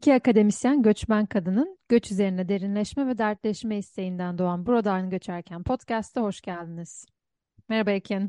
İki akademisyen göçmen kadının göç üzerine derinleşme ve dertleşme isteğinden doğan Buradan Göçerken podcast'a hoş geldiniz. Merhaba Ekin.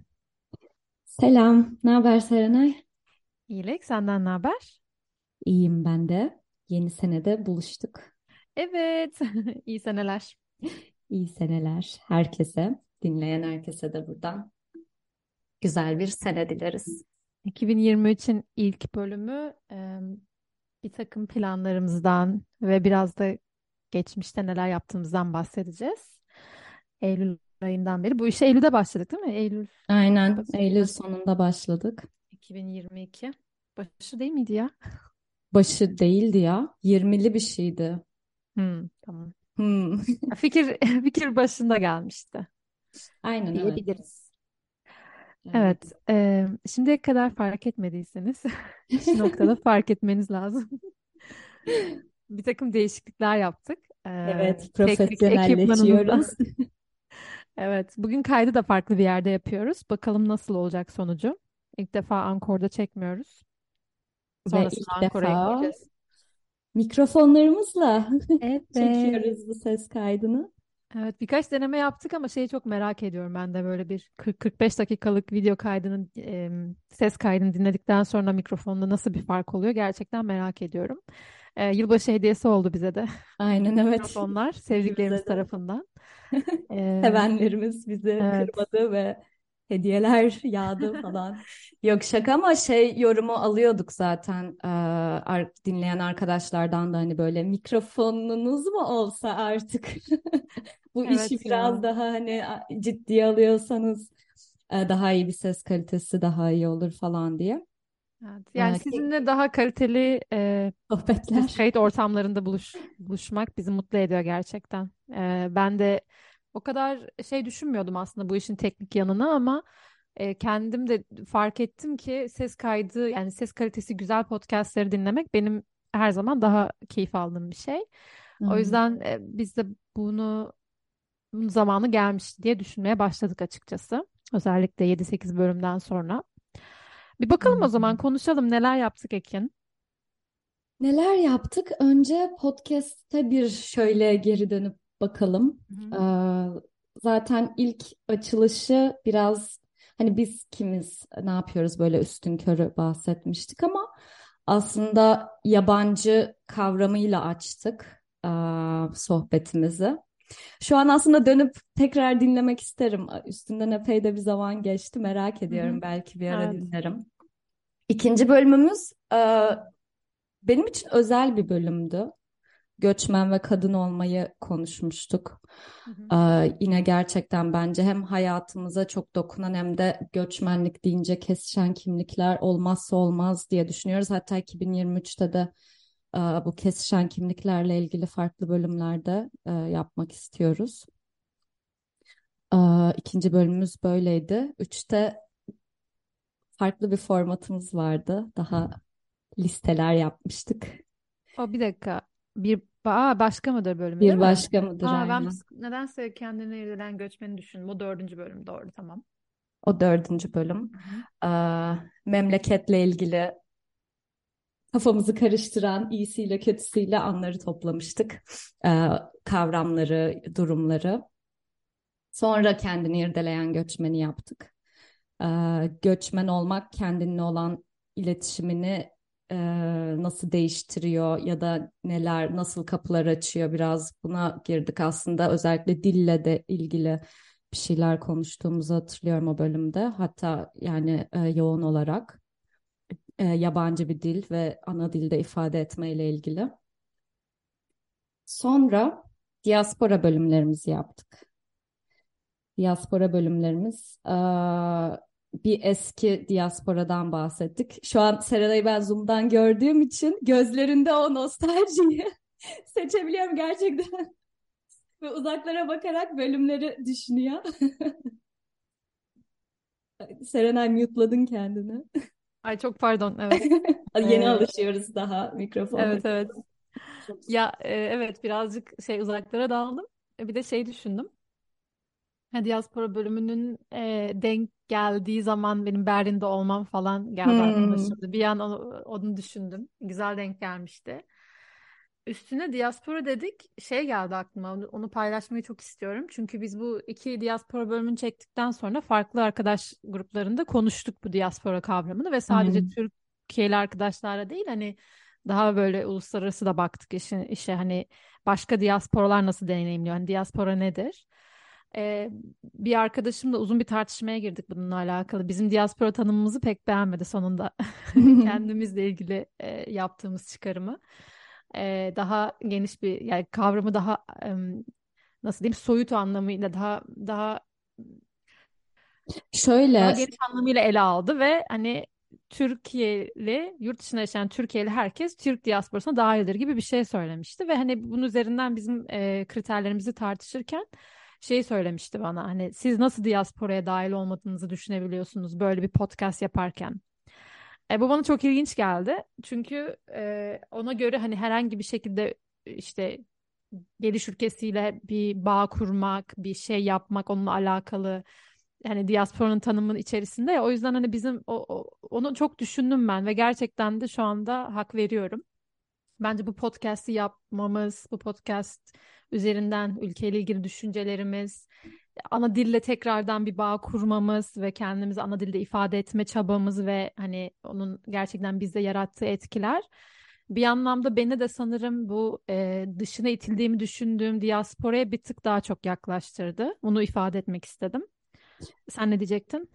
Selam, ne haber Serenay? İyilik, senden ne haber? İyiyim ben de. Yeni senede buluştuk. Evet, iyi seneler. İyi seneler herkese, dinleyen herkese de buradan güzel bir sene dileriz. 2023'ün ilk bölümü bir takım planlarımızdan ve biraz da geçmişte neler yaptığımızdan bahsedeceğiz. Eylül ayından beri. Bu işe Eylül'de başladık değil mi? Eylül Aynen, Eylül başında sonunda başladık. 2022. Başı değil miydi ya? Başı değildi ya, 20'li bir şeydi. Tamam. Hmm. Fikir fikir başında gelmişti Aynen evet. diyebiliriz. Öyle. Evet, şimdiye kadar fark etmediyseniz şu noktada fark etmeniz lazım. Bir takım değişiklikler yaptık. Evet, Teknik ekipmanımızda. profesyonelleşiyoruz. Evet, bugün kaydı da farklı bir yerde yapıyoruz. Bakalım nasıl olacak sonucu. İlk defa Ankor'da çekmiyoruz. Ve Sonrasında ilk Ankor'a defa ekleyeceğiz. mikrofonlarımızla Evet. çekiyoruz bu ses kaydını. Evet, birkaç deneme yaptık ama şeyi çok merak ediyorum ben de böyle bir 40-45 dakikalık video kaydının ses kaydını dinledikten sonra mikrofonda nasıl bir fark oluyor gerçekten merak ediyorum. Yılbaşı hediyesi oldu bize de Aynen evet. mikrofonlar sevdiklerimiz İkimize de. tarafından. E, Sevenlerimiz bizi evet. kırmadı ve hediyeler yağdı falan. Yok şaka ama şey yorumu alıyorduk zaten dinleyen arkadaşlardan da hani böyle mikrofonunuz mu olsa artık bu işi Evet biraz ya. daha hani ciddiye alıyorsanız daha iyi bir ses kalitesi daha iyi olur falan diye. Evet. Yani Ki sizinle daha kaliteli ses sohbetler. kayıt ortamlarında buluşmak bizi mutlu ediyor gerçekten. Ben de o kadar şey düşünmüyordum aslında bu işin teknik yanına ama kendim de fark ettim ki ses kaydı yani ses kalitesi güzel podcastleri dinlemek benim her zaman daha keyif aldığım bir şey. O Aynen. yüzden biz de bunun zamanı gelmişti diye düşünmeye başladık açıkçası. Özellikle 7-8 bölümden sonra. Bir bakalım o zaman Aynen. konuşalım neler yaptık Ekin. Neler yaptık? Önce podcast'te bir şöyle geri dönüp bakalım. Hı hı. Ee, zaten ilk açılışı biraz hani biz kimiz, ne yapıyoruz böyle üstünkörü bahsetmiştik ama aslında yabancı kavramıyla açtık sohbetimizi. Şu an aslında dönüp tekrar dinlemek isterim. Üstünden epey de bir zaman geçti. Merak Hı hı. ediyorum. Belki bir ara Evet. dinlerim. İkinci bölümümüz benim için özel bir bölümdü. Göçmen ve kadın olmayı konuşmuştuk. Hı hı. Yine gerçekten bence hem hayatımıza çok dokunan hem de göçmenlik deyince kesişen kimlikler olmazsa olmaz diye düşünüyoruz. Hatta 2023'te de bu kesişen kimliklerle ilgili farklı bölümlerde yapmak istiyoruz. İkinci bölümümüz böyleydi. Üçte farklı bir formatımız vardı. Daha listeler yapmıştık. O bir dakika. Başka mıdır bölümü değil Bir mi? başka mıdır Ben aynen. nedense kendini irdelen göçmeni düşündüm. Bu dördüncü bölüm doğru tamam. O dördüncü bölüm. Hı hı. Memleketle ilgili kafamızı karıştıran iyisiyle kötüsüyle anları toplamıştık. Kavramları, durumları. Sonra kendini irdeleyen göçmeni yaptık. Göçmen olmak kendinle olan iletişimini e, nasıl değiştiriyor ya da neler, nasıl kapılar açıyor biraz buna girdik aslında. Özellikle dille de ilgili bir şeyler konuştuğumuzu hatırlıyorum o bölümde. Hatta yani yoğun olarak yabancı bir dil ve ana dilde ifade etmeyle ilgili. Sonra diaspora bölümlerimizi yaptık. Diaspora bölümlerimiz. Bir eski diasporadan bahsettik. Şu an Serenay'ı ben Zoom'dan gördüğüm için gözlerinde o nostaljiyi seçebiliyorum gerçekten. Ve uzaklara bakarak bölümleri düşünüyor. Serenay mute'ladın kendini. Ay çok pardon evet. Yeni Ee, alışıyoruz daha mikrofonla. evet evet. Ya evet birazcık şey uzaklara daldım. Bir de şey düşündüm. Diaspora bölümünün denk geldiği zaman benim Berlin'de olmam falan geldi aklıma Hmm. şimdi. Bir an onu düşündüm. Güzel denk gelmişti. Üstüne diaspora dedik. Şey geldi aklıma. Onu paylaşmayı çok istiyorum. Çünkü biz bu iki diaspora bölümünü çektikten sonra farklı arkadaş gruplarında konuştuk bu diaspora kavramını ve sadece Aynen. Türkiye'li arkadaşlarla değil, hani daha böyle uluslararası da baktık işe, hani başka diasporalar nasıl deneyimliyor? Hani diaspora nedir? Bir arkadaşımla uzun bir tartışmaya girdik bununla alakalı. Bizim diaspora tanımımızı pek beğenmedi sonunda. Kendimizle ilgili yaptığımız çıkarımı. Daha geniş bir, yani kavramı daha nasıl diyeyim, soyut anlamıyla daha Şöyle, geniş anlamıyla ele aldı ve hani Türkiye'li, yurt dışında yaşayan Türkiye'li herkes Türk diasporasına dahildir gibi bir şey söylemişti ve hani bunun üzerinden bizim kriterlerimizi tartışırken şey söylemişti bana, hani siz nasıl diasporaya dahil olmadığınızı düşünebiliyorsunuz böyle bir podcast yaparken. Bu bana çok ilginç geldi. Çünkü ona göre hani herhangi bir şekilde işte geliş ülkesiyle bir bağ kurmak, bir şey yapmak onunla alakalı, hani diasporanın tanımının içerisinde ya. O yüzden hani bizim onu çok düşündüm ben ve gerçekten de şu anda hak veriyorum. Bence bu podcast'i yapmamız, bu podcast üzerinden ülkeyle ilgili düşüncelerimiz, ana dille tekrardan bir bağ kurmamız ve kendimizi ana dilde ifade etme çabamız ve hani onun gerçekten bizde yarattığı etkiler bir anlamda beni de sanırım bu dışına itildiğimi düşündüğüm diasporaya bir tık daha çok yaklaştırdı. Bunu ifade etmek istedim. Sen ne diyecektin?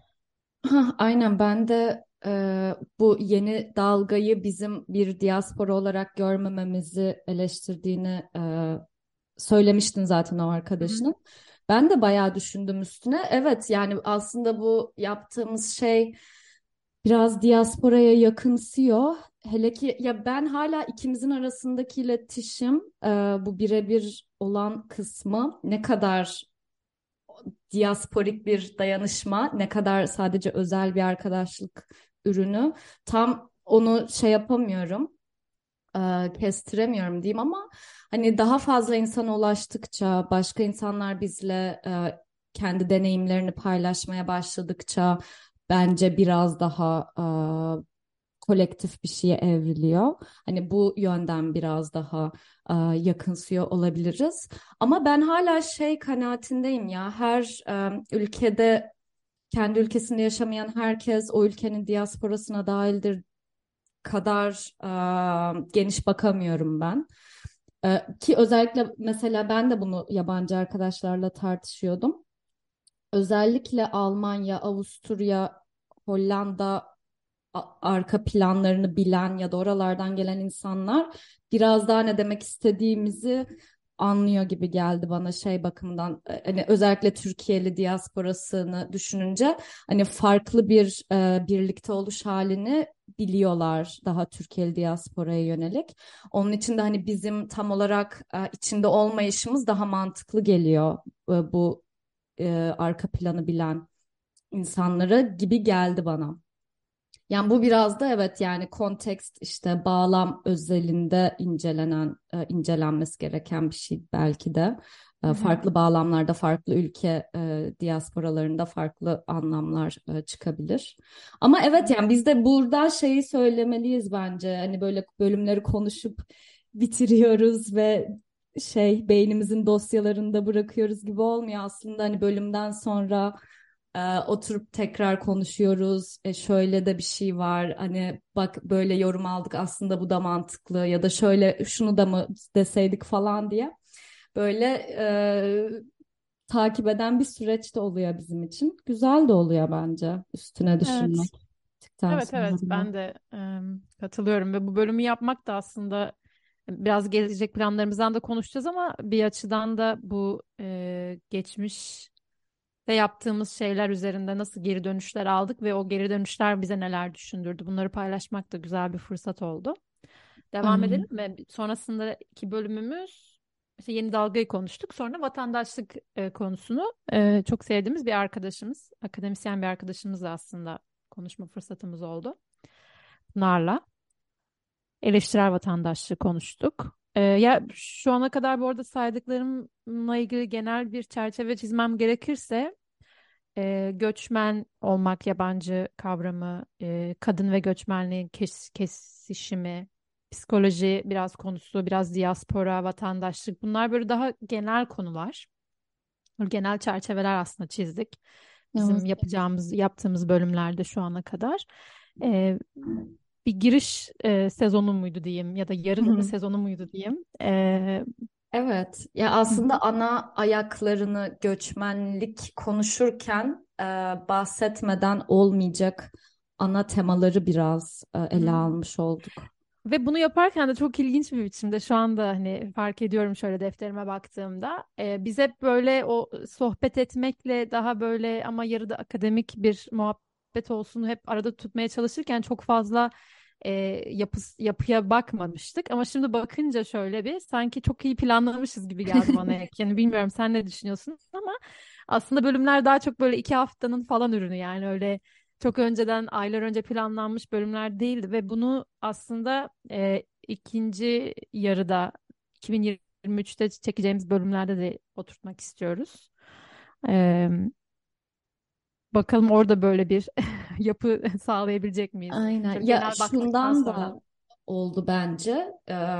aynen ben de bu yeni dalgayı bizim bir diaspora olarak görmememizi eleştirdiğini söylemiştin zaten o Hı hı. arkadaşının. Ben de bayağı düşündüm üstüne. Evet, yani aslında bu yaptığımız şey biraz diasporaya yakınsıyor. Hele ki ya ben hala ikimizin arasındaki iletişim, bu birebir olan kısmı ne kadar diasporik bir dayanışma, ne kadar sadece özel bir arkadaşlık ürünü, tam onu şey yapamıyorum, kestiremiyorum diyeyim ama hani daha fazla insana ulaştıkça, başka insanlar bizle kendi deneyimlerini paylaşmaya başladıkça bence biraz daha kolektif bir şeye evriliyor. Hani bu yönden biraz daha yakınsıyor olabiliriz. Ama ben hala şey kanaatindeyim ya, her ülkede kendi ülkesinde yaşamayan herkes o ülkenin diasporasına dahildir kadar geniş bakamıyorum ben. Ki özellikle mesela ben de bunu yabancı arkadaşlarla tartışıyordum. Özellikle Almanya, Avusturya, Hollanda arka planlarını bilen ya da oralardan gelen insanlar biraz daha ne demek istediğimizi anlıyor gibi geldi bana, şey bakımından, hani özellikle Türkiye'li diasporasını düşününce hani farklı bir birlikte oluş halini biliyorlar daha Türkiye'li diasporaya yönelik. Onun için de hani bizim tam olarak içinde olmayışımız daha mantıklı geliyor bu arka planı bilen insanlara gibi geldi bana. Yani bu biraz da evet, yani kontekst, işte bağlam özelinde incelenmesi gereken bir şey belki de. Hı hı. Farklı bağlamlarda farklı ülke diasporalarında farklı anlamlar çıkabilir. Ama evet, yani biz de burada şeyi söylemeliyiz bence. Hani böyle bölümleri konuşup bitiriyoruz ve şey beynimizin dosyalarında bırakıyoruz gibi olmuyor aslında. Hani bölümden sonra oturup tekrar konuşuyoruz. Şöyle de bir şey var. Hani bak böyle yorum aldık, aslında bu da mantıklı ya da şöyle şunu da mı deseydik falan diye. Böyle takip eden bir süreç de oluyor bizim için. Güzel de oluyor bence üstüne düşünmek. Evet. Bittikten Evet, evet, sonra. ben de katılıyorum ve bu bölümü yapmak da aslında biraz gelecek planlarımızdan da konuşacağız ama bir açıdan da bu geçmişte yaptığımız şeyler üzerinde nasıl geri dönüşler aldık ve o geri dönüşler bize neler düşündürdü. Bunları paylaşmak da güzel bir fırsat oldu. Devam edelim Aynen. mi? Sonrasında iki bölümümüz işte yeni dalgayı konuştuk. Sonra vatandaşlık konusunu çok sevdiğimiz bir arkadaşımız, akademisyen bir arkadaşımızla aslında konuşma fırsatımız oldu. Pınar'la eleştirel vatandaşlığı konuştuk. Ya şu ana kadar bu arada saydıklarımla ilgili genel bir çerçeve çizmem gerekirse göçmen olmak, yabancı kavramı, kadın ve göçmenliğin kesişimi, psikoloji biraz konusu, biraz diaspora, vatandaşlık. Bunlar böyle daha genel konular. Böyle genel çerçeveler aslında çizdik. Evet. Bizim yaptığımız bölümlerde şu ana kadar. Ee, Bir giriş sezonu muydu diyeyim ya da Hı yarı hı. sezonu muydu diyeyim. Evet, ya Hı aslında hı. ana ayaklarını göçmenlik konuşurken bahsetmeden olmayacak ana temaları biraz ele Hı. almış olduk. Ve bunu yaparken de çok ilginç bir biçimde şu anda hani fark ediyorum şöyle defterime baktığımda biz hep böyle o sohbet etmekle daha böyle ama yarıda akademik bir muhabbet olsun hep arada tutmaya çalışırken çok fazla e, yapıya bakmamıştık ama şimdi bakınca şöyle bir sanki çok iyi planlamışız gibi geldi bana. Yani bilmiyorum sen ne düşünüyorsun ama aslında bölümler daha çok böyle 2 haftanın falan ürünü yani öyle çok önceden aylar önce planlanmış bölümler değildi ve bunu aslında ikinci yarıda 2023'te çekeceğimiz bölümlerde de oturtmak istiyoruz. E, Bakalım orada böyle bir yapı sağlayabilecek miyiz? Aynen. Şöyle Ya genel baktıktan şundan sonra. da oldu bence.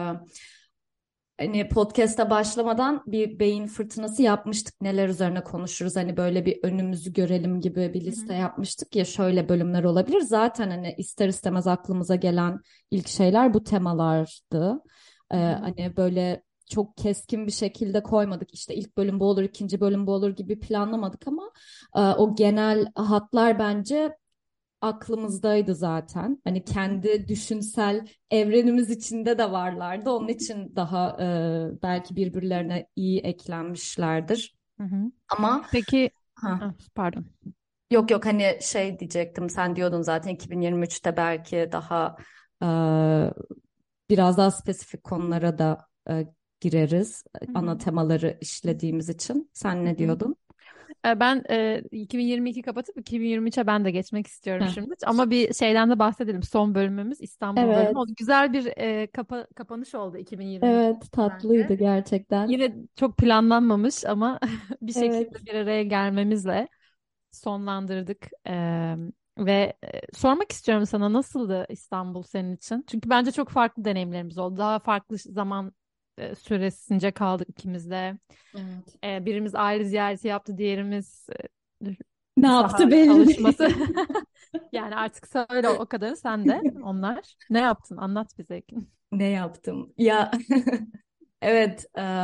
Hani podcast'a başlamadan bir beyin fırtınası yapmıştık. Neler üzerine konuşuruz? Hani böyle bir önümüzü görelim gibi bir Hı liste hı. yapmıştık ya şöyle bölümler olabilir. Zaten hani ister istemez aklımıza gelen ilk şeyler bu temalardı. Hı hı. Hani böyle çok keskin bir şekilde koymadık. İşte ilk bölüm bu olur, ikinci bölüm bu olur gibi planlamadık ama o genel hatlar bence aklımızdaydı zaten. Hani Hı hı. kendi düşünsel evrenimiz içinde de varlardı. Onun için daha belki birbirlerine iyi eklenmişlerdir. Hı hı. Ama Peki, ha, ah, pardon. yok yok hani şey diyecektim. Sen diyordun zaten 2023'te belki daha e, biraz daha spesifik konulara da gireriz. Hı Ana hı. temaları işlediğimiz için. Sen Hı ne hı. diyordun? Ben 2022 kapatıp 2023'e ben de geçmek istiyorum Heh. şimdi. Ama bir şeyden de bahsedelim. Son bölümümüz İstanbul bölümü. Evet, O güzel bir kapanış oldu 2022 evet bence. tatlıydı gerçekten. Yine çok planlanmamış ama bir Evet. şekilde bir araya gelmemizle sonlandırdık. Ve sormak istiyorum sana nasıldı İstanbul senin için? Çünkü bence çok farklı deneyimlerimiz oldu. Daha farklı zaman süresince kaldık ikimiz de. Evet. Birimiz aile ziyareti yaptı, diğerimiz Ne saha yaptı belli çalışması. değil. Yani artık söyle o kadarı sen de onlar. Ne yaptın? Anlat bize. Ne yaptım? Ya evet,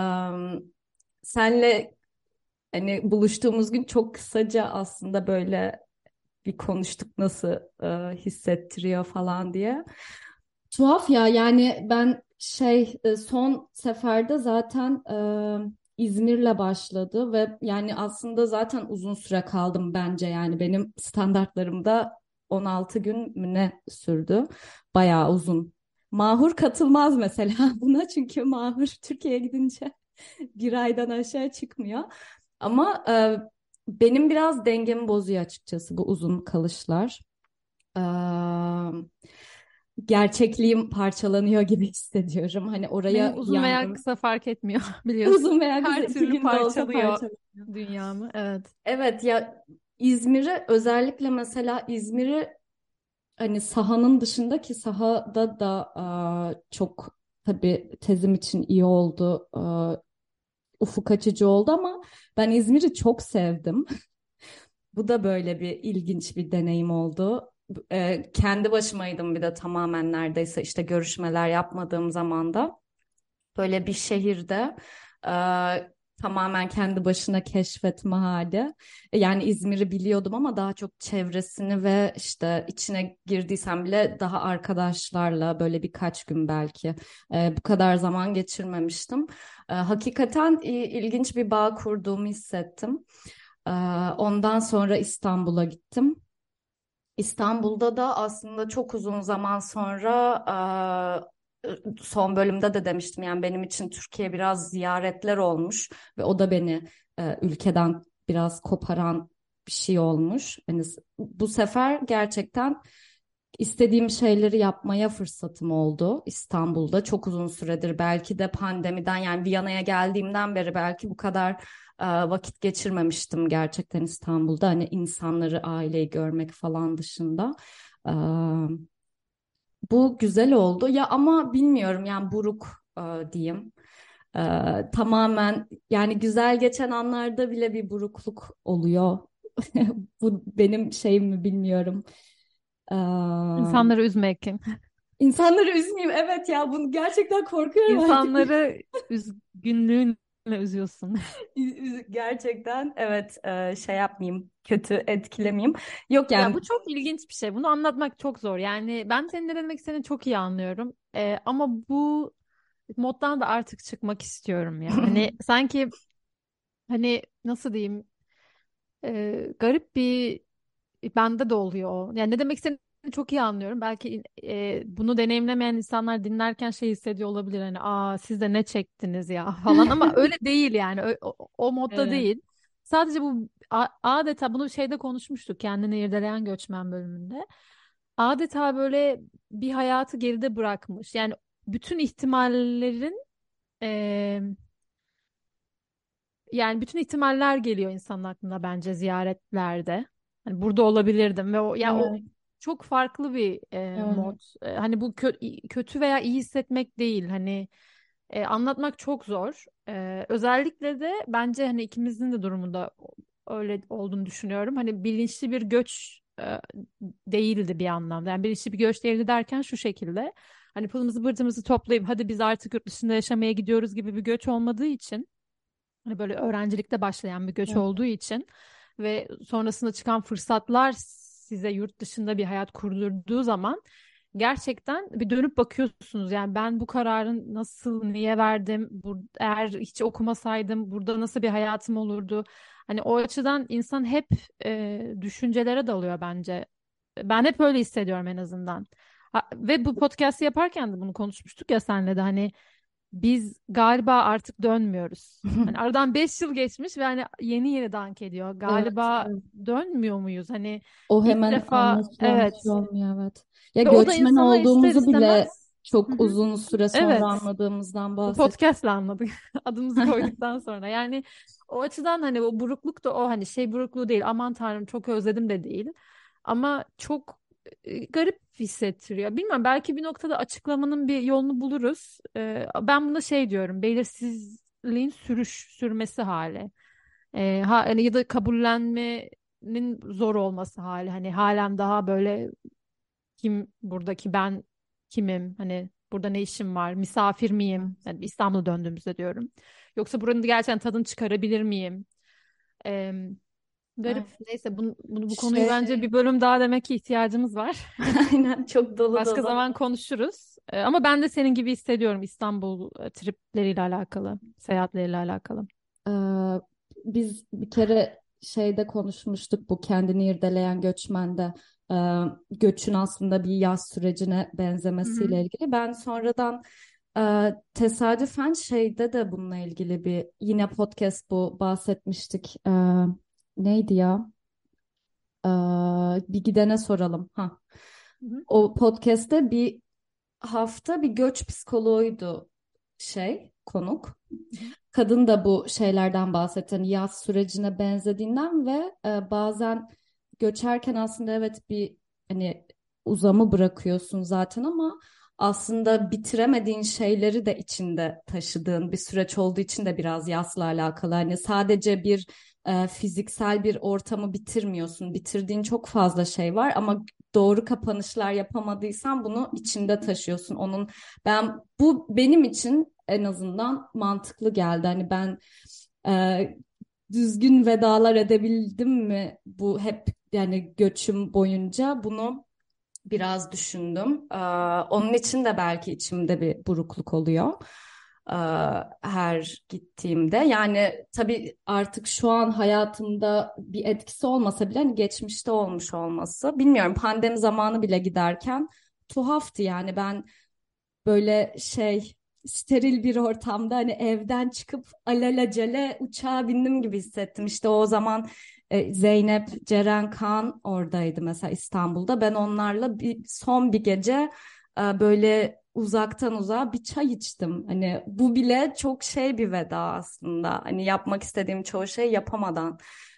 senle hani buluştuğumuz gün çok kısaca aslında böyle bir konuştuk nasıl hissettiriyor falan diye. Tuhaf ya yani ben şey son seferde zaten İzmir'le başladı ve yani aslında zaten uzun süre kaldım bence yani benim standartlarımda 16 gün mü ne sürdü? Bayağı uzun. Mahur katılmaz mesela buna çünkü Mahur Türkiye'ye gidince bir aydan aşağı çıkmıyor. Ama benim biraz dengemi bozuyor açıkçası bu uzun kalışlar. Eee, gerçekliğim parçalanıyor gibi hissediyorum. Hani oraya Benim uzun veya yangın kısa fark etmiyor biliyorsun. uzun veya kısa Her iki türlü günde olsa parçalıyor parçalanıyor. dünyamı. Evet. Evet ya İzmir'i özellikle mesela İzmir'i hani sahanın dışında ki sahada da çok tabii tezim için iyi oldu. Ufuk açıcı oldu ama ben İzmir'i çok sevdim. Bu da böyle bir ilginç bir deneyim oldu. Kendi başımaydım bir de tamamen neredeyse işte görüşmeler yapmadığım zaman da böyle bir şehirde e, tamamen kendi başına keşfetme hali. Yani İzmir'i biliyordum ama daha çok çevresini ve işte içine girdiysem bile daha arkadaşlarla böyle birkaç gün belki bu kadar zaman geçirmemiştim. Hakikaten ilginç bir bağ kurduğumu hissettim. Ee, Ondan sonra İstanbul'a gittim. İstanbul'da da aslında çok uzun zaman sonra son bölümde de demiştim yani benim için Türkiye biraz ziyaretler olmuş ve o da beni ülkeden biraz koparan bir şey olmuş. Yani bu sefer gerçekten istediğim şeyleri yapmaya fırsatım oldu İstanbul'da. Çok uzun süredir belki de pandemiden yani Viyana'ya geldiğimden beri belki bu kadar vakit geçirmemiştim gerçekten İstanbul'da. Hani insanları, aileyi görmek falan dışında. E, Bu güzel oldu ya, ama bilmiyorum yani buruk diyeyim. Tamamen yani güzel geçen anlarda bile bir burukluk oluyor. Bu benim şeyim mi bilmiyorum. Ee, İnsanları üzmek. insanları üzmeyeyim. Evet ya, bunu gerçekten korkuyorum artık. İnsanları üzgünlüğünle üzüyorsun. Gerçekten evet, şey yapmayayım, kötü etkilemeyeyim. Yok Ya yani. bu çok ilginç bir şey. Bunu anlatmak çok zor. Yani ben senin ne demek istediğini çok iyi anlıyorum. Ama bu moddan da artık çıkmak istiyorum ya. Hani sanki hani nasıl diyeyim garip bir bende de oluyor o. Yani ne demek istediğini çok iyi anlıyorum. Belki bunu deneyimlemeyen insanlar dinlerken şey hissediyor olabilir. Hani aa siz de ne çektiniz ya falan ama öyle değil yani. O modda Evet. değil. Sadece bu adeta bunu şeyde konuşmuştuk kendini irdeleyen göçmen bölümünde. Adeta böyle bir hayatı geride bırakmış. Yani bütün ihtimallerin yani bütün ihtimaller geliyor insanın aklına bence ziyaretlerde. Hani burada olabilirdim ve o Evet. çok farklı bir mod. Evet. Hani bu kötü veya iyi hissetmek değil. Hani anlatmak çok zor. Özellikle de bence hani ikimizin de durumunda öyle olduğunu düşünüyorum. Hani bilinçli bir göç değildi bir anlamda. Yani bilinçli bir göç değildi derken şu şekilde. Hani pılımızı bırtımızı toplayıp hadi biz artık yurt dışında yaşamaya gidiyoruz gibi bir göç olmadığı için. Hani böyle öğrencilikte başlayan bir göç Evet. olduğu için ve sonrasında çıkan fırsatlar size yurt dışında bir hayat kurdurduğu zaman gerçekten bir dönüp bakıyorsunuz. Yani ben bu kararın nasıl, niye verdim? Eğer hiç okumasaydım burada nasıl bir hayatım olurdu? Hani o açıdan insan hep düşüncelere dalıyor bence. Ben hep öyle hissediyorum en azından. Ve bu podcast'i yaparken de bunu konuşmuştuk ya senle de hani biz galiba artık dönmüyoruz. Hani aradan 5 yıl geçmiş ve hani yeni yeni dank ediyor. Evet, Galiba evet. dönmüyor muyuz? Hani O ilk hemen defa anlaşılan bir şey evet. olmuyor, evet. Ya Ve o da göçmen insana ister olduğumuzu bile istemez. Hı çok hı. uzun süre sonra Evet. anladığımızdan Bu bahset. podcast'le anladık. Adımızı koyduktan sonra. Yani o açıdan hani o burukluk da o hani şey burukluğu değil. Aman Tanrım çok özledim de değil. Ama çok garip hissettiriyor. Bilmiyorum belki bir noktada açıklamanın bir yolunu buluruz. Ben buna şey diyorum. Belirsizliğin sürmesi hali. Hani ya da kabullenmenin zor olması hali. Hani halen daha böyle kim buradaki ben kimim? Hani burada ne işim var? Misafir miyim? Evet. Yani İstanbul'a döndüğümüzde diyorum. Yoksa buranın gerçekten tadını çıkarabilir miyim? Ee, Garip. Aynen. Neyse bu konuyu Şey, bence bir bölüm daha demek ki ihtiyacımız var. aynen, çok dolu Başka dolu. zaman konuşuruz. Ama ben de senin gibi hissediyorum İstanbul tripleriyle alakalı, seyahatleriyle alakalı. Ee, biz bir kere şeyde konuşmuştuk, bu kendini irdeleyen göçmende göçün aslında bir yaz sürecine Hı hı. benzemesiyle ilgili. Ben sonradan tesadüfen şeyde de bununla ilgili bir yine podcast bu bahsetmiştik. Neydi ya? Bir gidene soralım. Ha. Hı hı. O podcast'te bir hafta bir göç psikoloğuydu şey konuk. Hı hı. Kadın da bu şeylerden bahseden yaz sürecine benzediğinden ve bazen göçerken aslında evet bir hani uzamı bırakıyorsun zaten, ama aslında bitiremediğin şeyleri de içinde taşıdığın bir süreç olduğu için de biraz yasla alakalı. Hani sadece bir fiziksel bir ortamı bitirmiyorsun. Bitirdiğin çok fazla şey var ama doğru kapanışlar yapamadıysan bunu içinde taşıyorsun. Bu benim için en azından mantıklı geldi. Hani ben e, düzgün vedalar edebildim mi bu hep yani göçüm boyunca, bunu biraz düşündüm. Onun için de belki içimde bir burukluk oluyor. Ee, her gittiğimde. Yani tabii artık şu an hayatımda bir etkisi olmasa bile hani geçmişte olmuş olması. Bilmiyorum, pandemi zamanı bile giderken tuhaftı yani. Ben böyle şey, steril bir ortamda hani evden çıkıp alelacele uçağa bindim gibi hissettim. İşte o zaman Zeynep, Ceren, Kaan oradaydı mesela İstanbul'da. Ben onlarla son bir gece böyle uzaktan uzağa bir çay içtim. Hani bu bile çok şey bir veda aslında. Hani yapmak istediğim çoğu şey yapamadan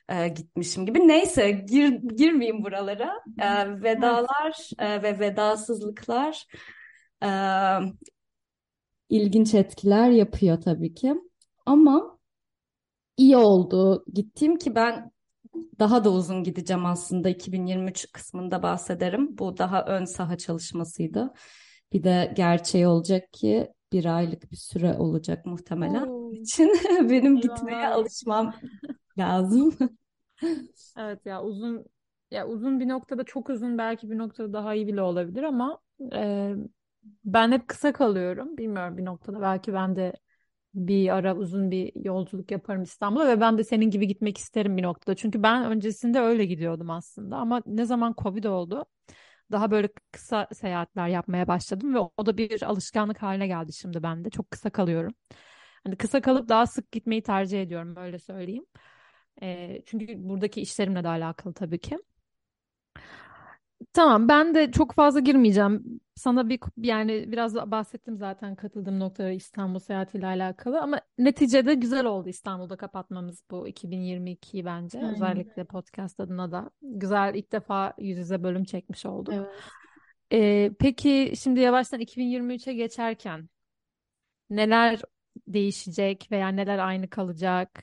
gitmişim gibi. Neyse girmeyeyim buralara. Evet. Vedalar ve vedasızlıklar e, ilginç etkiler yapıyor tabii ki. Ama iyi oldu gittiğim ki ben daha da uzun gideceğim aslında. 2023 kısmında bahsederim. Bu daha ön saha çalışmasıydı. Bir de gerçeği olacak ki bir aylık bir süre olacak muhtemelen. Onun Oo, için benim gitmeye eyvallah. alışmam lazım. Evet ya, uzun bir noktada, çok uzun belki bir noktada daha iyi bile olabilir ama e, ben hep kısa kalıyorum. Bilmiyorum, bir noktada belki ben de bir ara uzun bir yolculuk yaparım İstanbul'a ve ben de senin gibi gitmek isterim bir noktada. Çünkü ben öncesinde öyle gidiyordum aslında ama ne zaman Covid oldu daha böyle kısa seyahatler yapmaya başladım ve o da bir alışkanlık haline geldi şimdi bende. Çok kısa kalıyorum. Hani kısa kalıp daha sık gitmeyi tercih ediyorum, öyle söyleyeyim. Çünkü buradaki işlerimle de alakalı tabii ki. Tamam, ben de çok fazla girmeyeceğim. Sana yani biraz da bahsettim zaten katıldığım noktaları İstanbul seyahatiyle alakalı ama neticede güzel oldu İstanbul'da kapatmamız bu 2022'yi bence. Aynen. Özellikle podcast adına da güzel, ilk defa yüz yüze bölüm çekmiş olduk. Evet. Peki şimdi yavaştan 2023'e geçerken neler değişecek veya neler aynı kalacak?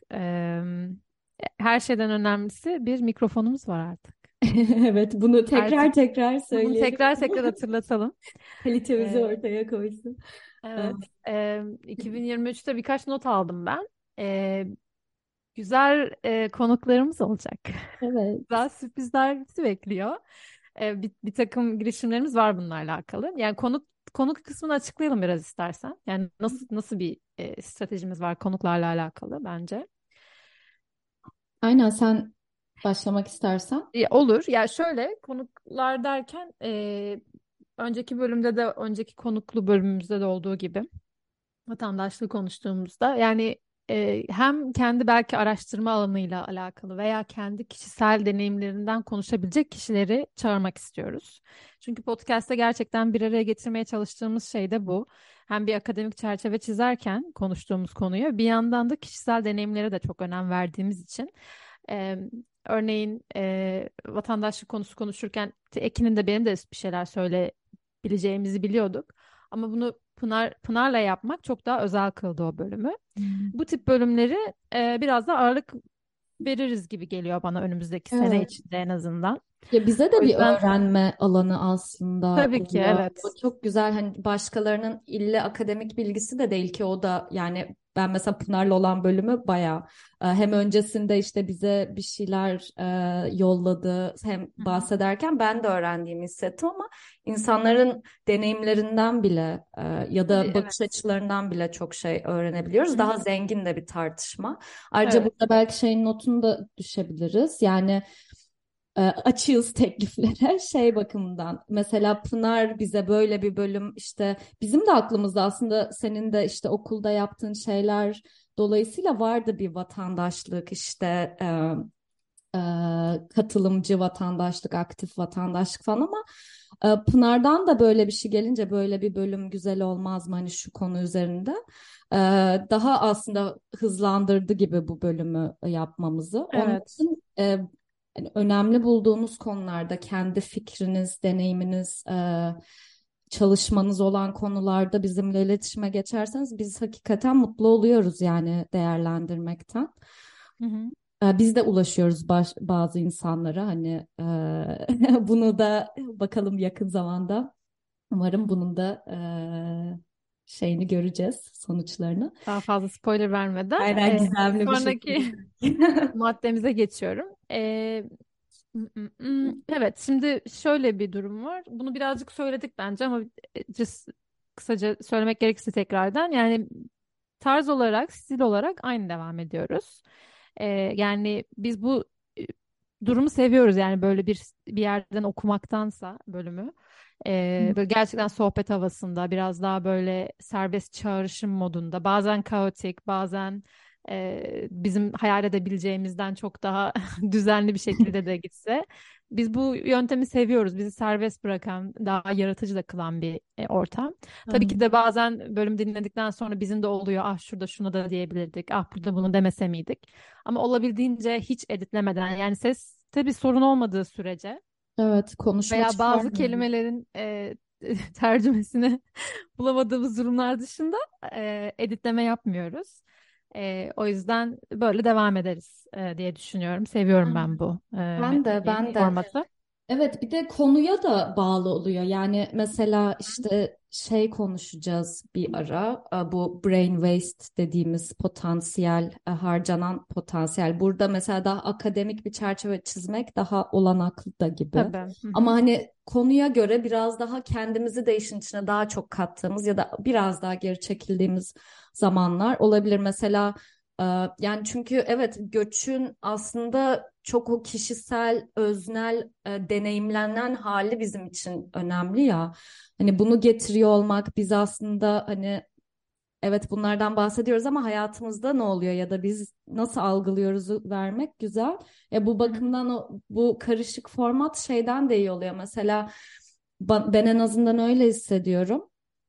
Her şeyden önemlisi bir mikrofonumuz var artık. Evet, bunu Artık tekrar tekrar bunu söyleyelim. tekrar tekrar hatırlatalım. Kalitemizi Ee, ortaya koysun. evet, 2023'te birkaç not aldım ben. Ee, Güzel konuklarımız olacak. Evet. Güzel sürprizler bizi bekliyor. Bir takım girişimlerimiz var bununla alakalı. Yani konuk kısmını açıklayalım biraz istersen. Yani nasıl bir stratejimiz var konuklarla alakalı bence. Aynen, sen başlamak istersen. Olur. Ya şöyle, konuklar derken önceki bölümde de, önceki konuklu bölümümüzde de olduğu gibi vatandaşlığı konuştuğumuzda yani hem kendi belki araştırma alanıyla alakalı veya kendi kişisel deneyimlerinden konuşabilecek kişileri çağırmak istiyoruz. Çünkü podcast'te gerçekten bir araya getirmeye çalıştığımız şey de bu. Hem bir akademik çerçeve çizerken konuştuğumuz konuya, bir yandan da kişisel deneyimlere de çok önem verdiğimiz için e, örneğin vatandaşlık konusu konuşurken Ekin'in de benim de bir şeyler söyleyebileceğimizi biliyorduk. Ama bunu Pınar'la yapmak çok daha özel kıldı o bölümü. Hmm. Bu tip bölümleri biraz da ağırlık veririz gibi geliyor bana önümüzdeki sene Evet. içinde en azından. Ya bize O de bir yüzden öğrenme alanı aslında tabii ki oluyor. O evet. çok güzel, hani başkalarının ille akademik bilgisi de değil ki, o da yani ben mesela Pınar'la olan bölümü bayağı hem öncesinde işte bize bir şeyler yolladı, hem Hı hı. bahsederken ben de öğrendiğimi hissettim ama insanların deneyimlerinden bile ya Tabii, da bakış evet. açılarından bile çok şey Hı öğrenebiliyoruz. hı. Daha zengin de bir tartışma. Ayrıca Evet. burada belki şeyin notunu da düşebiliriz. Yani açığız tekliflere şey bakımından. Mesela Pınar bize böyle bir bölüm, işte bizim de aklımızda aslında, senin de işte okulda yaptığın şeyler dolayısıyla vardı bir vatandaşlık, işte e, katılımcı vatandaşlık, aktif vatandaşlık falan ama Pınar'dan da böyle bir şey gelince, böyle bir bölüm güzel olmaz mı hani şu konu üzerinde? E, Daha aslında hızlandırdı gibi bu bölümü yapmamızı. Onun Evet. için hani önemli bulduğunuz konularda kendi fikriniz, deneyiminiz, çalışmanız olan konularda bizimle iletişime geçerseniz biz hakikaten mutlu oluyoruz yani değerlendirmekten. Hı hı. Biz de ulaşıyoruz bazı insanlara, hani bunu da bakalım yakın zamanda, umarım bunun da şeyini göreceğiz, sonuçlarını. Daha fazla spoiler vermeden Aynen, gizemli bir sonraki şekilde. maddemize geçiyorum. Evet, şimdi şöyle bir durum var. Bunu birazcık söyledik bence ama kısaca söylemek gerekirse tekrardan, yani tarz olarak, stil olarak aynı devam ediyoruz. Yani biz bu e, durumu seviyoruz, yani böyle bir yerden okumaktansa bölümü. Böyle gerçekten sohbet havasında, biraz daha böyle serbest çağrışım modunda, bazen kaotik, bazen bizim hayal edebileceğimizden çok daha düzenli bir şekilde de gitse. biz bu yöntemi seviyoruz. Bizi serbest bırakan, daha yaratıcı da kılan bir ortam. Tabii ki Hı. de bazen bölüm dinledikten sonra bizim de oluyor. Ah şurada şunu da diyebilirdik. Ah burada bunu demese miydik? Ama olabildiğince hiç editlemeden, yani seste bir sorun olmadığı sürece Evet, konuşma veya bazı çıkarmıyorum. kelimelerin tercümesini bulamadığımız durumlar dışında editleme yapmıyoruz. O yüzden böyle devam ederiz diye düşünüyorum. Seviyorum ben bu Ben de. formatı. Evet, bir de konuya da bağlı oluyor. Yani mesela işte şey konuşacağız bir ara. Bu brain waste dediğimiz potansiyel, harcanan potansiyel. Burada mesela daha akademik bir çerçeve çizmek daha olanaklı da gibi. Tabii. Hı Ama hı. hani konuya göre biraz daha kendimizi de işin içine daha çok kattığımız ya da biraz daha geri çekildiğimiz zamanlar olabilir. Mesela yani çünkü evet, göçün aslında çok o kişisel, öznel, deneyimlenen hali bizim için önemli ya. Hani bunu getiriyor olmak, biz aslında hani evet bunlardan bahsediyoruz ama hayatımızda ne oluyor ya da biz nasıl algılıyoruzu vermek güzel. Bu Hı hı. bakımdan bu karışık format şeyden de iyi oluyor. Mesela ben en azından öyle hissediyorum.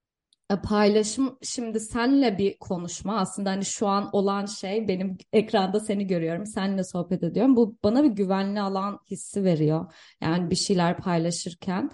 Paylaşım, şimdi senle bir konuşma aslında, hani şu an olan şey, benim ekranda seni görüyorum, seninle sohbet ediyorum, bu bana bir güvenli alan hissi veriyor. Yani bir şeyler paylaşırken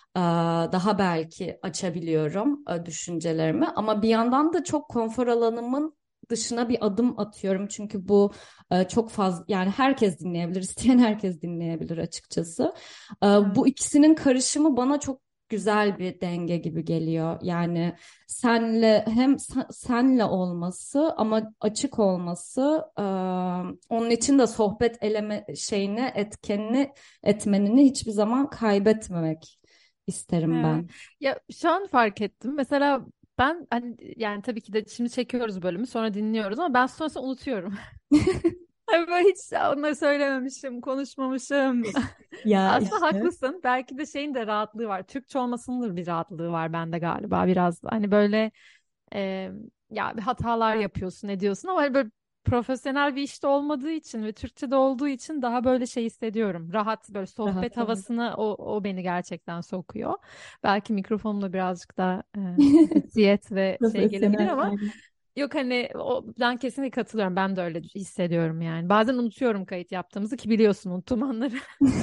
daha belki açabiliyorum düşüncelerimi, ama bir yandan da çok konfor alanımın dışına bir adım atıyorum çünkü bu çok fazla, yani herkes dinleyebilir, isteyen herkes dinleyebilir açıkçası. Evet. Bu ikisinin karışımı bana çok güzel bir denge gibi geliyor. Yani senle hem senle olması ama açık olması, onun için de sohbet eleme şeyini, etkenini, etmenini hiçbir zaman kaybetmemek isterim Evet. ben. Ya şu an fark ettim. Mesela ben hani yani tabii ki de şimdi çekiyoruz bölümü sonra dinliyoruz ama ben sonrasında unutuyorum. Hani böyle hiç onları söylememişim, konuşmamışım. Ya Aslında işte. haklısın. Belki de şeyin de rahatlığı var. Türkçe olmasının bir rahatlığı var bende galiba biraz. Hani böyle e, ya bir hatalar yapıyorsun, ediyorsun ama hani böyle profesyonel bir işte olmadığı için ve Türkçe'de olduğu için daha böyle şey hissediyorum. Rahat, böyle sohbet Rahat, evet. havasını o beni gerçekten sokuyor. Belki mikrofonla birazcık da ciddiyet ve şey gelebilir Profesyonel ama yani. yok hani ben kesinlikle katılıyorum. Ben de öyle hissediyorum yani. Bazen unutuyorum kayıt yaptığımızı ki biliyorsun unuttuğum anları.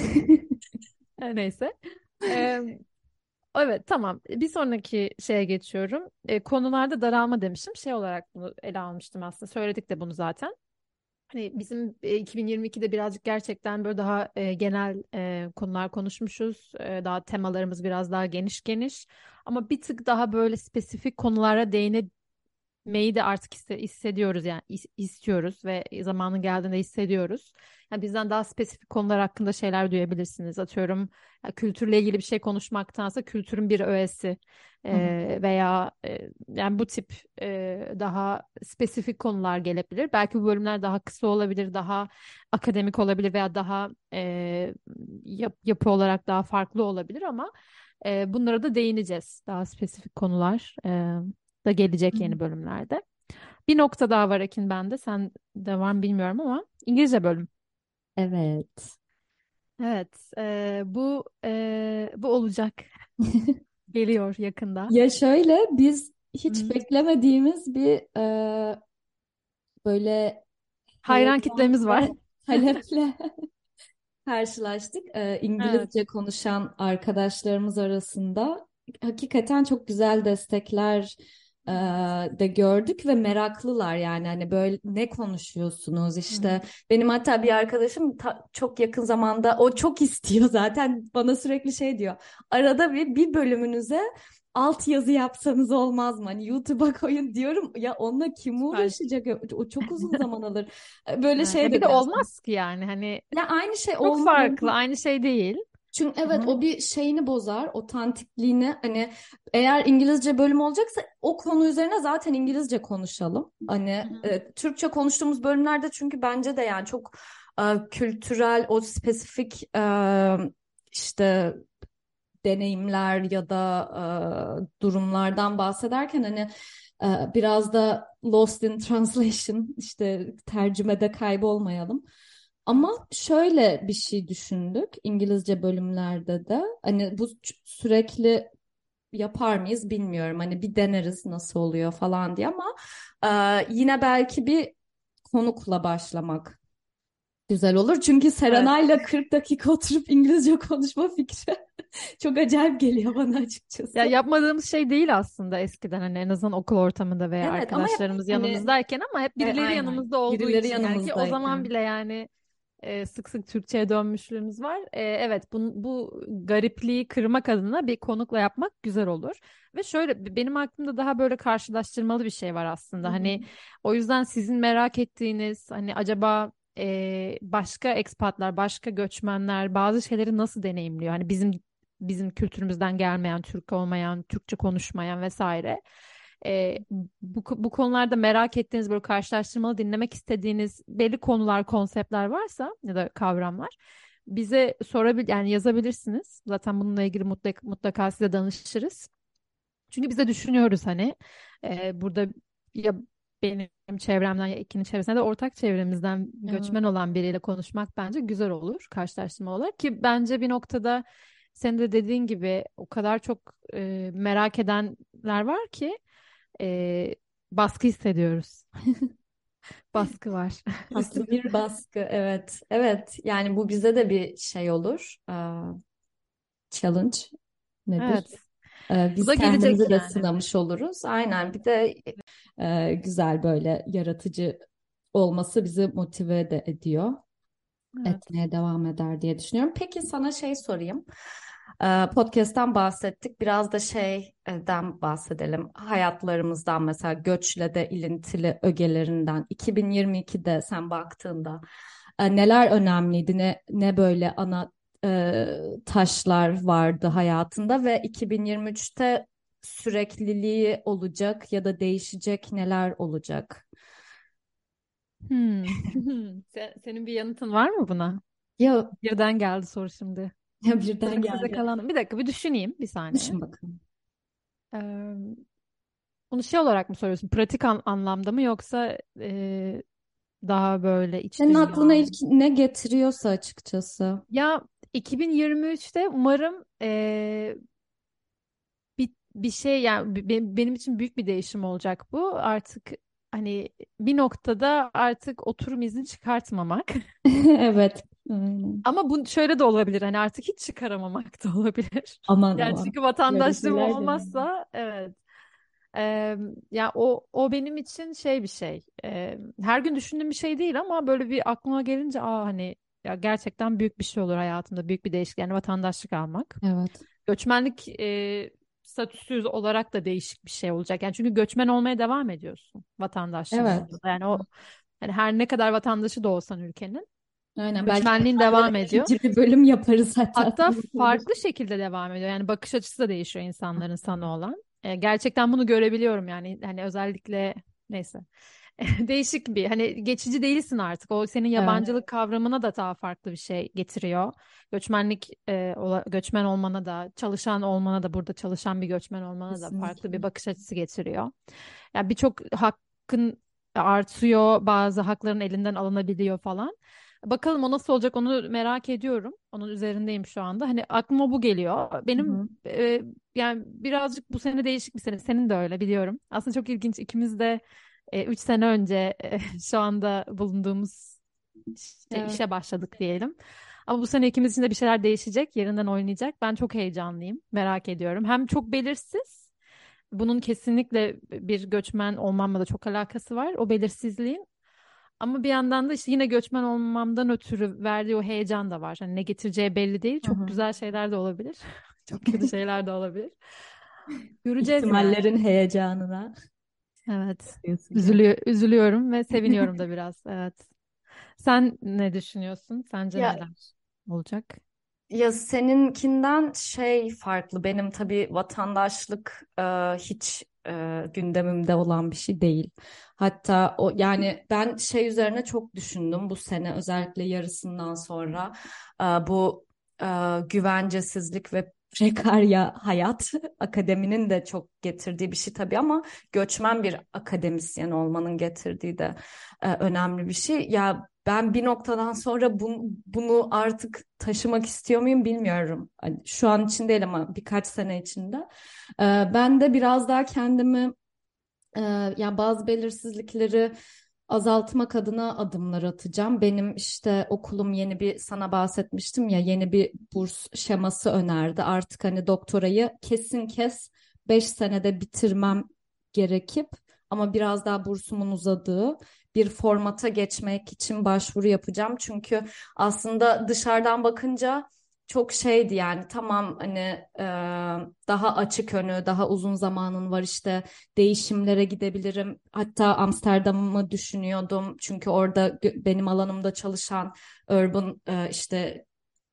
Neyse. Ee, evet tamam. Bir sonraki şeye geçiyorum. Konularda daralma demişim. Şey olarak bunu ele almıştım aslında. Söyledik de bunu zaten. Hani bizim 2022'de birazcık gerçekten böyle daha genel konular konuşmuşuz. Daha temalarımız biraz daha geniş geniş. Ama bir tık daha böyle spesifik konulara May'i de artık hissediyoruz yani istiyoruz ve zamanın geldiğinde hissediyoruz. Yani bizden daha spesifik konular hakkında şeyler duyabilirsiniz. Atıyorum ya kültürle ilgili bir şey konuşmaktansa kültürün bir öğesi Hı hı. veya yani bu tip daha spesifik konular gelebilir. Belki bu bölümler daha kısa olabilir, daha akademik olabilir veya daha yapı olarak daha farklı olabilir ama bunlara da değineceğiz. Daha spesifik konular da gelecek yeni bölümlerde. Bir nokta daha var Ekin bende. Sen de var mı bilmiyorum ama İngilizce bölüm. Evet. Evet, bu olacak. Geliyor yakında. Ya şöyle, biz hiç Hı. beklemediğimiz bir böyle Hayran heyecan kitlemiz var. ve taleple karşılaştık. Evet. İngilizce konuşan arkadaşlarımız arasında hakikaten çok güzel destekler de gördük ve meraklılar, yani hani böyle ne konuşuyorsunuz Hı hı. işte. Benim hatta bir arkadaşım çok yakın zamanda, o çok istiyor zaten, bana sürekli şey diyor, arada bir bölümünüze alt yazı yapsanız olmaz mı? Hani YouTube'a koyun diyorum ya, onunla kim Süper. uğraşacak, o çok uzun zaman alır. Böyle Evet. şey Ya bir de dedi yani. olmaz ki yani hani Ya aynı şey çok farklı, olmaz. aynı şey değil. Çünkü Hı evet, hı. o bir şeyini bozar, otantikliğini. Hani eğer İngilizce bölüm olacaksa o konu üzerine zaten İngilizce konuşalım. Hı Hani hı. Türkçe konuştuğumuz bölümlerde, çünkü bence de yani çok kültürel, o spesifik işte deneyimler ya da durumlardan bahsederken hani biraz da lost in translation, işte tercümede kaybolmayalım. Ama şöyle bir şey düşündük İngilizce bölümlerde de. Hani bu sürekli yapar mıyız bilmiyorum. Hani bir deneriz nasıl oluyor falan diye ama yine belki bir konukla başlamak güzel olur. Çünkü Evet. Serenay'la 40 dakika oturup İngilizce konuşma fikri çok acayip geliyor bana Ya açıkçası. yapmadığımız şey değil aslında eskiden, hani en azından okul ortamında veya Evet ama hep arkadaşlarımız hani yanımızdayken, ama hep birileri aynen yanımızda olduğu birileri için, yani ki o zaman yanımızdayken. bile yani sık sık Türkçe'ye dönmüşlüğümüz var. Evet, bu garipliği kırmak adına bir konukla yapmak güzel olur. Ve şöyle benim aklımda daha böyle karşılaştırmalı bir şey var Hı aslında. hı. Hani o yüzden sizin merak ettiğiniz, hani acaba başka ekspatlar, başka göçmenler bazı şeyleri nasıl deneyimliyor? Hani bizim kültürümüzden gelmeyen, Türk olmayan, Türkçe konuşmayan vesaire. Ee, bu konularda merak ettiğiniz, böyle karşılaştırmalı dinlemek istediğiniz belli konular, konseptler varsa ya da kavramlar bize yani yazabilirsiniz. Zaten bununla ilgili mutlaka size danışırız. Çünkü biz de düşünüyoruz hani burada ya benim çevremden ya ikinin çevresinde de ortak çevremizden Evet. göçmen olan biriyle konuşmak bence güzel olur karşılaştırma olarak, ki bence bir noktada senin de dediğin gibi o kadar çok merak edenler var ki e, baskı hissediyoruz. Baskı var Haklı üstümüzde. bir baskı, evet. Evet, yani bu bize de bir şey olur. Challenge nedir? Evet. Bu Biz da gelecek kendimizi de yani. sınamış oluruz. Aynen. Bir de güzel böyle yaratıcı olması bizi motive de ediyor. Evet. Etmeye devam eder diye düşünüyorum. Peki sana şey sorayım. Podcast'ten bahsettik. Biraz da şeyden bahsedelim. Hayatlarımızdan mesela göçle de ilintili ögelerinden. 2022'de sen baktığında neler önemliydi? Ne böyle ana taşlar vardı hayatında ve 2023'te sürekliliği olacak ya da değişecek neler olacak? Hmm. Senin bir yanıtın var mı buna? Ya, Birden geldi soru şimdi. ya birden Size geldi. kalan. Bir dakika, bir düşüneyim bir saniye. Düşün bakalım. Ee, Bunu şey olarak mı soruyorsun? Pratik anlamda mı, yoksa daha böyle iç Senin aklına dünya mı? ilk ne getiriyorsa açıkçası. Ya 2023'te umarım bir şey, yani benim için büyük bir değişim olacak bu. Artık hani bir noktada artık oturum izni çıkartmamak. Evet. Aynen. Ama bu şöyle de olabilir, hani artık hiç çıkaramamak da olabilir. Aman Yani aman. çünkü Böyle vatandaşlığım şeyler demeyin. olmazsa, evet. Ya o benim için şey bir şey. Her gün düşündüğüm bir şey değil ama böyle bir aklıma gelince, hani ya gerçekten büyük bir şey olur hayatımda, büyük bir değişiklik, yani vatandaşlık almak. Evet. Göçmenlik statüsü olarak da değişik bir şey olacak. Yani çünkü göçmen olmaya devam ediyorsun vatandaşlığın Evet. olduğunda. Yani o, hani her ne kadar vatandaşı da olsan ülkenin, Aynen. Belki göçmenliğin göçmenlere devam ediyor. ikinci bir bölüm yaparız hatta. Hatta farklı şekilde devam ediyor. Yani bakış açısı da değişiyor insanların sana olan. Gerçekten bunu görebiliyorum yani. Hani özellikle neyse. Değişik bir, hani geçici değilsin artık. O senin Evet. yabancılık kavramına da daha farklı bir şey getiriyor. Göçmen olmana da, çalışan olmana da, burada çalışan bir göçmen olmana da farklı bir Kesinlikle. bakış açısı getiriyor. Yani birçok hakkın artıyor, bazı hakların elinden alınabiliyor falan. Bakalım o nasıl olacak, onu merak ediyorum. Onun üzerindeyim şu anda. Hani aklıma bu geliyor. Hı Benim hı. yani birazcık bu sene değişik bir sene. Senin de öyle, biliyorum. Aslında çok ilginç. İkimiz de 3 sene önce şu anda bulunduğumuz Evet. işe başladık diyelim. Ama bu sene ikimiz için de bir şeyler değişecek, yerinden oynayacak. Ben çok heyecanlıyım, merak ediyorum. Hem çok belirsiz. Bunun kesinlikle bir göçmen olmamla da çok alakası var, o belirsizliğin. Ama bir yandan da işte yine göçmen olmamdan ötürü verdiği o heyecan da var. Hani ne getireceği belli değil. Hı Çok hı. güzel şeyler de olabilir. Çok kötü şeyler de olabilir. Göreceğiz yani. İhtimallerin heyecanına Evet. diyorsun gel. Üzülüyorum ve seviniyorum da biraz. Evet. Sen ne düşünüyorsun? Sence Ya neler olacak? Ya seninkinden şey farklı. Benim tabii vatandaşlık hiç gündemimde olan bir şey değil. Hatta o yani ben şey üzerine çok düşündüm bu sene özellikle yarısından sonra. Bu güvencesizlik ve prekarya hayat akademinin de çok getirdiği bir şey tabii ama göçmen bir akademisyen olmanın getirdiği de önemli bir şey. Ya ben bir noktadan sonra bunu artık taşımak istiyor muyum bilmiyorum. Hani şu an için değil ama birkaç sene içinde. Ben de biraz daha kendimi ee, yani bazı belirsizlikleri azaltmak adına adımlar atacağım. Benim işte okulum yeni bir sana bahsetmiştim ya yeni bir burs şeması önerdi. Artık hani doktorayı kesin kes 5 senede bitirmem gerekip ama biraz daha bursumun uzadığı bir formata geçmek için başvuru yapacağım. Çünkü aslında dışarıdan bakınca çok şeydi yani tamam hani daha açık önü, daha uzun zamanın var işte değişimlere gidebilirim. Hatta Amsterdam'ı düşünüyordum. Çünkü orada benim alanımda çalışan urban işte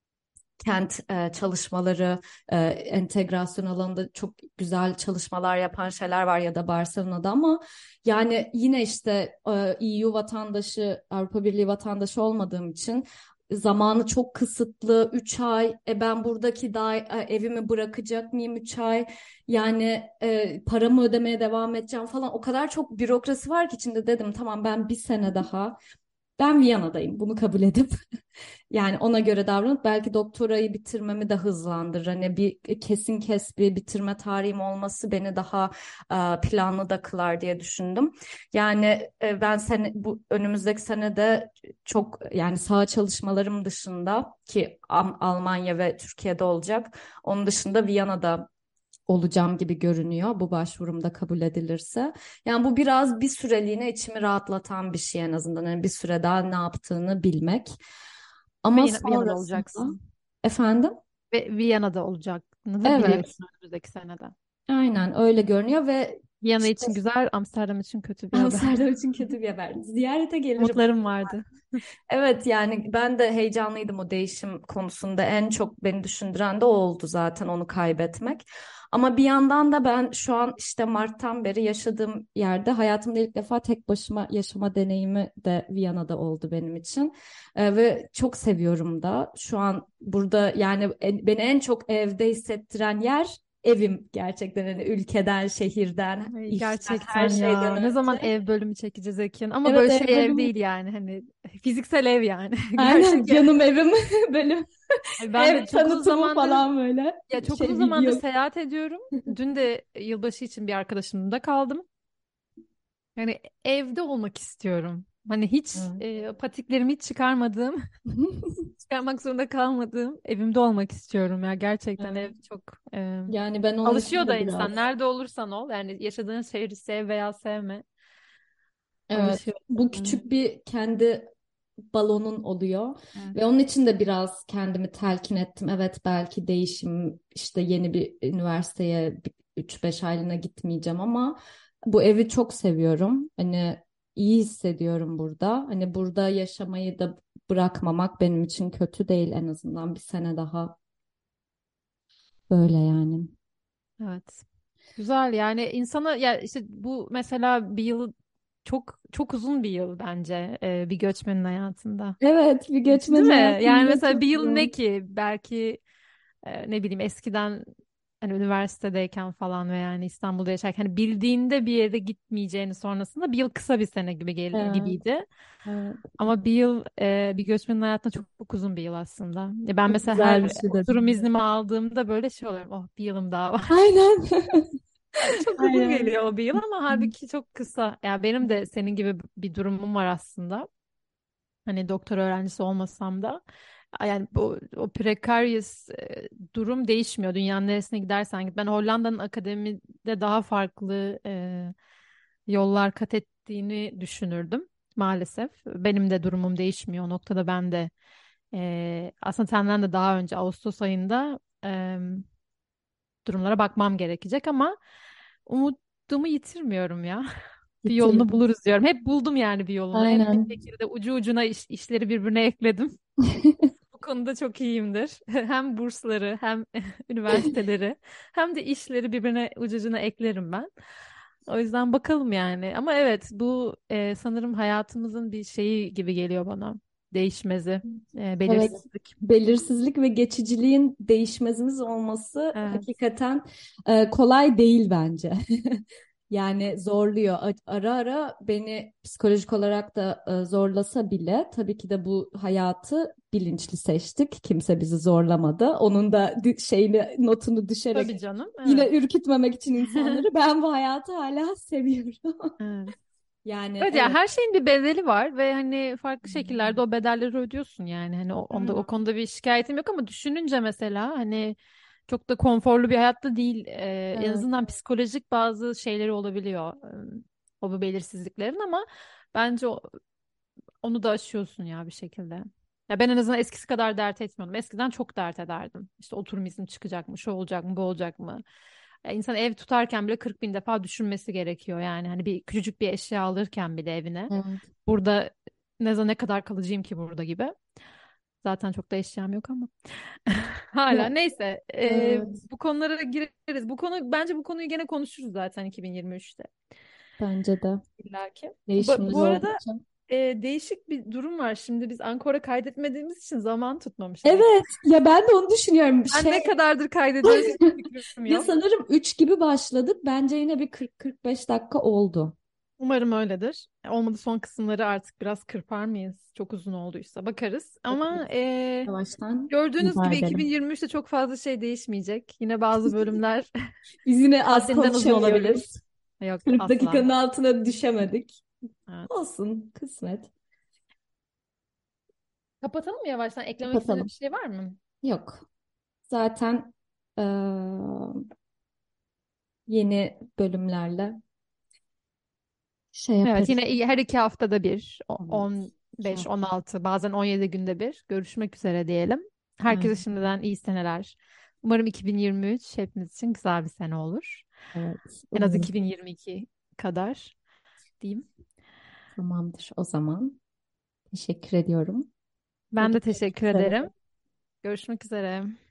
kent çalışmaları, entegrasyon alanında çok güzel çalışmalar yapan şeyler var ya da Barcelona'da ama yani yine işte EU vatandaşı, Avrupa Birliği vatandaşı olmadığım için zamanı çok kısıtlı. 3 ay. Ben buradaki evimi bırakacak mıyım 3 ay? Yani paramı ödemeye devam edeceğim falan. O kadar çok bürokrasi var ki içinde dedim tamam ben bir sene daha ben Viyana'dayım. Bunu kabul edip yani ona göre davranıp belki doktorayı bitirmemi de hızlandırır. Hani bir kesin kes bir bitirme tarihim olması beni daha planlı da kılar diye düşündüm. Yani ben bu önümüzdeki sene de çok yani saha çalışmalarım dışında ki Almanya ve Türkiye'de olacak. Onun dışında Viyana'da olacağım gibi görünüyor bu başvurumda kabul edilirse. Yani bu biraz bir süreliğine içimi rahatlatan bir şey en azından. Yani bir süre daha ne yaptığını bilmek. Ve Ama yine Viyana'da sonrasında olacaksın. efendim, Ve Viyana'da olacağını da evet, biliyorsun önümüzdeki senede. aynen öyle görünüyor ve Viyana işte için güzel, Amsterdam için kötü bir haber. Amsterdam için kötü bir haber. Ziyarete gelirim. Umutlarım vardı. Evet yani ben de heyecanlıydım o değişim konusunda. En çok beni düşündüren de o oldu zaten onu kaybetmek. Ama bir yandan da ben şu an işte Mart'tan beri yaşadığım yerde hayatımda ilk defa tek başıma yaşama deneyimi de Viyana'da oldu benim için. Ve çok seviyorum da. Şu an burada yani beni en çok evde hissettiren yer evim gerçekten. Hani ülkeden, şehirden, Ay, işten, her gerçekten şeyden ya. Ne zaman önce. ev bölümü çekeceğiz Ekin? Ama Evet böyle ev şey ev bölümü. değil yani. Hani fiziksel ev yani. Aynen Gerçek ev. canım evim bölüm. Ay, ben Ev de çok uzun tanıtımı zamandır falan böyle. çok uzun zamandır Video. seyahat ediyorum. Dün de yılbaşı için bir arkadaşımda kaldım. Yani evde olmak istiyorum. Hani hiç Evet. patiklerimi hiç çıkarmadığım, çıkarmak zorunda kalmadığım evimde olmak istiyorum ya. Gerçekten Evet. ev çok Yani ben onun için alışıyor da de insan. biraz. Nerede olursan ol. Yani yaşadığın şehri sev veya sevme. Evet. Alışıyor Bu yani. küçük bir kendi balonun oluyor. Evet. Ve onun için de biraz kendimi telkin ettim. Evet belki değişim işte yeni bir üniversiteye 3-5 aylığına gitmeyeceğim ama bu evi çok seviyorum. Hani iyi hissediyorum burada. Hani burada yaşamayı da bırakmamak benim için kötü değil en azından bir sene daha böyle yani. Evet. Güzel yani insana ya işte bu mesela bir yıl çok çok uzun bir yıl bence bir göçmenin hayatında. Evet, bir Değil göçmen mi? Yani hayatında mesela çok bir yıl ne zor. ki? Belki ne bileyim eskiden hani üniversitedeyken falan veya yani İstanbul'da yaşarken hani bildiğinde bir yere gitmeyeceğini sonrasında bir yıl kısa bir sene gibi Evet, gibiydi. evet. Ama bir yıl bir göçmenin hayatında çok, çok uzun bir yıl aslında. Ben Çok mesela güzel bir her şey oturum dedim. iznimi aldığımda böyle şey oluyorum. Oh bir yılım daha var. Aynen. Çok uzun Aynen. geliyor o bir yıl ama halbuki çok kısa. Ya benim de senin gibi bir durumum var aslında. Hani doktor öğrencisi olmasam da yani o precarious durum değişmiyor. Dünyanın neresine gidersen git. Ben Hollanda'nın akademide daha farklı yollar kat ettiğini düşünürdüm maalesef. Benim de durumum değişmiyor. O noktada ben de aslında senden de daha önce Ağustos ayında durumlara bakmam gerekecek ama umudumu yitirmiyorum ya. Bir yolunu Bitirdim. buluruz diyorum. Hep buldum yani bir yolunu. Hep bir Aynen. şekilde ucu ucuna işleri birbirine ekledim. Bu konuda çok iyiyimdir. Hem bursları hem üniversiteleri hem de işleri birbirine ucu ucuna eklerim ben. O yüzden bakalım yani. Ama evet bu sanırım hayatımızın bir şeyi gibi geliyor bana. değişmezi, Evet, belirsizlik. belirsizlik ve geçiciliğin değişmezimiz olması Evet. hakikaten kolay değil bence. Yani zorluyor. Ara ara beni psikolojik olarak da zorlasa bile tabii ki de bu hayatı bilinçli seçtik. Kimse bizi zorlamadı. Onun da şeyini notunu düşerek Tabii canım. yine Evet. ürkütmemek için insanları ben bu hayatı hala seviyorum. Evet. Yani Evet ya evet. her şeyin bir bedeli var ve hani farklı şekillerde o bedelleri ödüyorsun yani. Hani o Hmm. konuda bir şikayetim yok ama düşününce mesela hani çok da konforlu bir hayatta değil. En Evet. azından psikolojik bazı şeyleri olabiliyor. O bu belirsizliklerin ama bence onu da aşıyorsun ya bir şekilde. Ya ben en azından eskisi kadar dert etmiyordum. Eskiden çok dert ederdim. İşte oturum iznim çıkacak mı, şu olacak mı, bu olacak mı? Ya insan ev tutarken bile 40 bin defa düşünmesi gerekiyor yani. Hani bir küçücük bir eşya alırken bile evine. Evet. Burada ne kadar kalıcıyım ki burada gibi. Zaten çok da eşyam yok ama. Hala Ya, neyse evet. bu konulara gireriz. Bence bu konuyu gene konuşuruz zaten 2023'te. Bence de İlla ki. değişimler Bu arada oldukça. değişik bir durum var. Şimdi biz Ankara kaydetmediğimiz için zaman tutmamışız Evet, eksik. ya ben de onu düşünüyorum. Ben Şey, ne kadardır kaydediyoruz hiçbir fikrim ya yok. sanırım 3 gibi başladık. Bence yine bir 40-45 dakika oldu. Umarım öyledir. Olmadı son kısımları artık biraz kırpar mıyız? Çok uzun olduysa bakarız. Ama Bakarız. Yavaştan gördüğünüz veda gibi edelim. 2023'te çok fazla şey değişmeyecek. Yine bazı bölümler Biz yine az haddinden uzun olabilir. konuşamıyoruz. Yok 40 asla. dakikanın altına düşemedik. Evet. Olsun, kısmet. Kapatalım mı yavaştan? Eklemek istediğiniz bir Kapatalım. şey var mı? Yok. Zaten eee, yeni bölümlerle şey Evet yaparız. yine her 2 haftada bir, Evet. 15, 16 bazen 17 günde bir görüşmek üzere diyelim. Herkese Aynen. şimdiden iyi seneler. Umarım 2023 hepimiz için güzel bir sene olur. Evet. En az Umarım. 2022 kadar diyeyim. Tamamdır o zaman. Teşekkür ediyorum. Ben de Görüşmek teşekkür üzere. ederim. Görüşmek üzere.